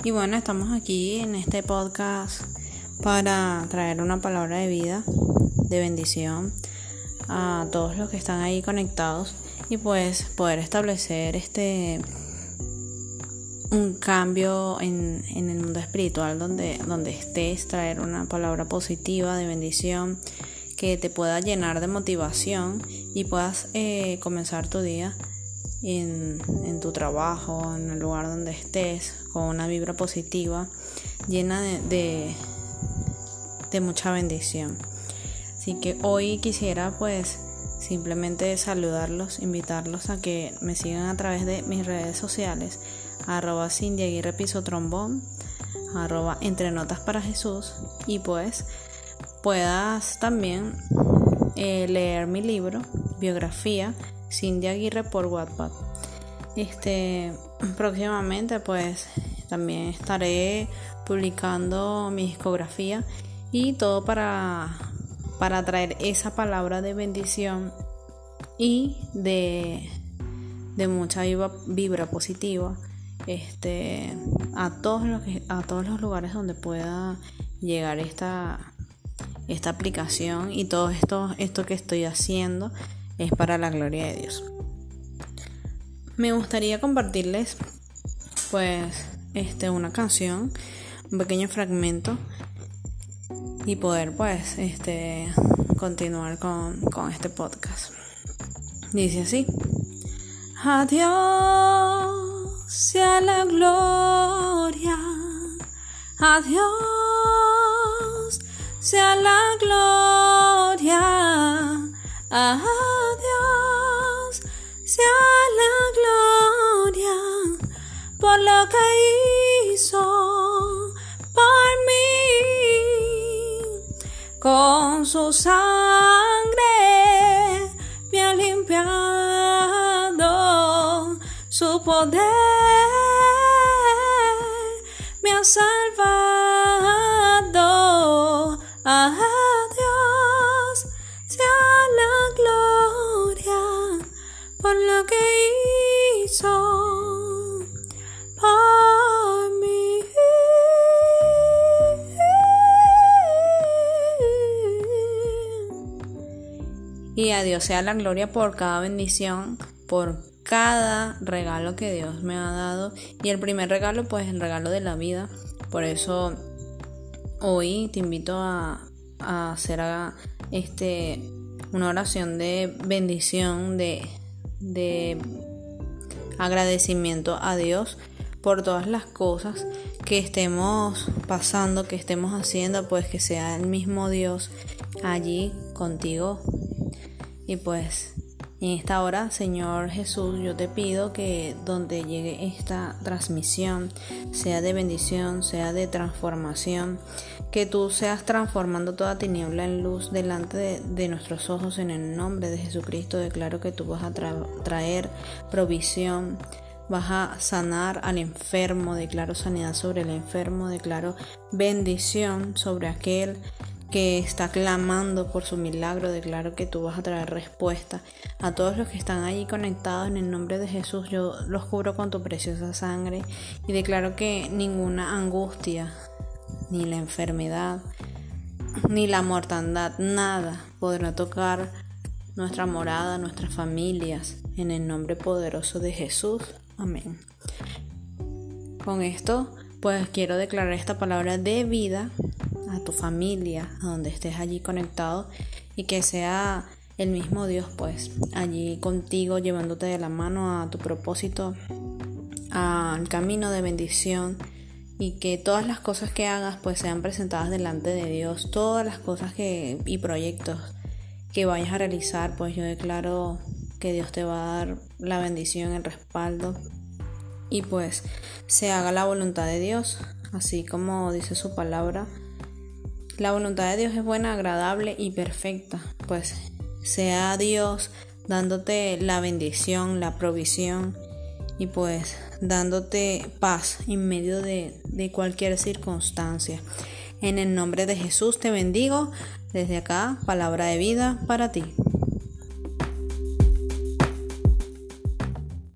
Y bueno, estamos aquí en este podcast para traer una palabra de vida, de bendición a todos los que están ahí conectados y pues poder establecer un cambio en el mundo espiritual donde estés, traer una palabra positiva de bendición que te pueda llenar de motivación y puedas comenzar tu día en tu trabajo, en el lugar donde estés, con una vibra positiva, llena de mucha bendición. Así que hoy quisiera pues simplemente saludarlos, invitarlos a que me sigan a través de mis redes sociales, @CindyAguirre_trombón, @entrenotasParaJesús, y pues puedas también leer mi libro, biografía, Cindy Aguirre, por Wattpad. Próximamente pues también estaré publicando mi discografía y todo para traer esa palabra de bendición y de mucha vibra positiva a todos los lugares donde pueda llegar esta aplicación, y todo esto que estoy haciendo es para la gloria de Dios. Me gustaría compartirles pues una canción, un pequeño fragmento, y poder pues continuar con este podcast. Dice así: a Dios sea la gloria, a Dios sea la gloria, a Dios sea la gloria por lo que hizo por mí. Con su sangre me ha limpiado, su poder me ha salvado. A Dios sea la gloria por lo que hizo por mí. Y a Dios sea la gloria por cada bendición, por cada regalo que Dios me ha dado. Y el primer regalo, pues el regalo de la vida. Por eso hoy te invito a hacer una oración de bendición, de agradecimiento a Dios por todas las cosas que estemos pasando, que estemos haciendo, pues que sea el mismo Dios allí contigo. Y pues en esta hora, Señor Jesús, yo te pido que donde llegue esta transmisión sea de bendición, sea de transformación, que tú seas transformando toda tiniebla en luz delante de nuestros ojos. En el nombre de Jesucristo declaro que tú vas a traer provisión, vas a sanar al enfermo, declaro sanidad sobre el enfermo, declaro bendición sobre aquel que está clamando por su milagro. Declaro que tú vas a traer respuesta a todos los que están allí conectados. En el nombre de Jesús yo los cubro con tu preciosa sangre y declaro que ninguna angustia, ni la enfermedad, ni la mortandad, nada podrá tocar nuestra morada, nuestras familias, en el nombre poderoso de Jesús. Amén. Con esto pues quiero declarar esta palabra de vida a tu familia, a donde estés allí conectado, y que sea el mismo Dios pues allí contigo, llevándote de la mano a tu propósito, al camino de bendición, y que todas las cosas que hagas pues sean presentadas delante de Dios. Todas las cosas y proyectos que vayas a realizar, pues yo declaro que Dios te va a dar la bendición, el respaldo, y pues se haga la voluntad de Dios, así como dice su palabra. La voluntad de Dios es buena, agradable y perfecta. Pues sea Dios dándote la bendición, la provisión, y pues dándote paz en medio de cualquier circunstancia. En el nombre de Jesús te bendigo. Desde acá, palabra de vida para ti.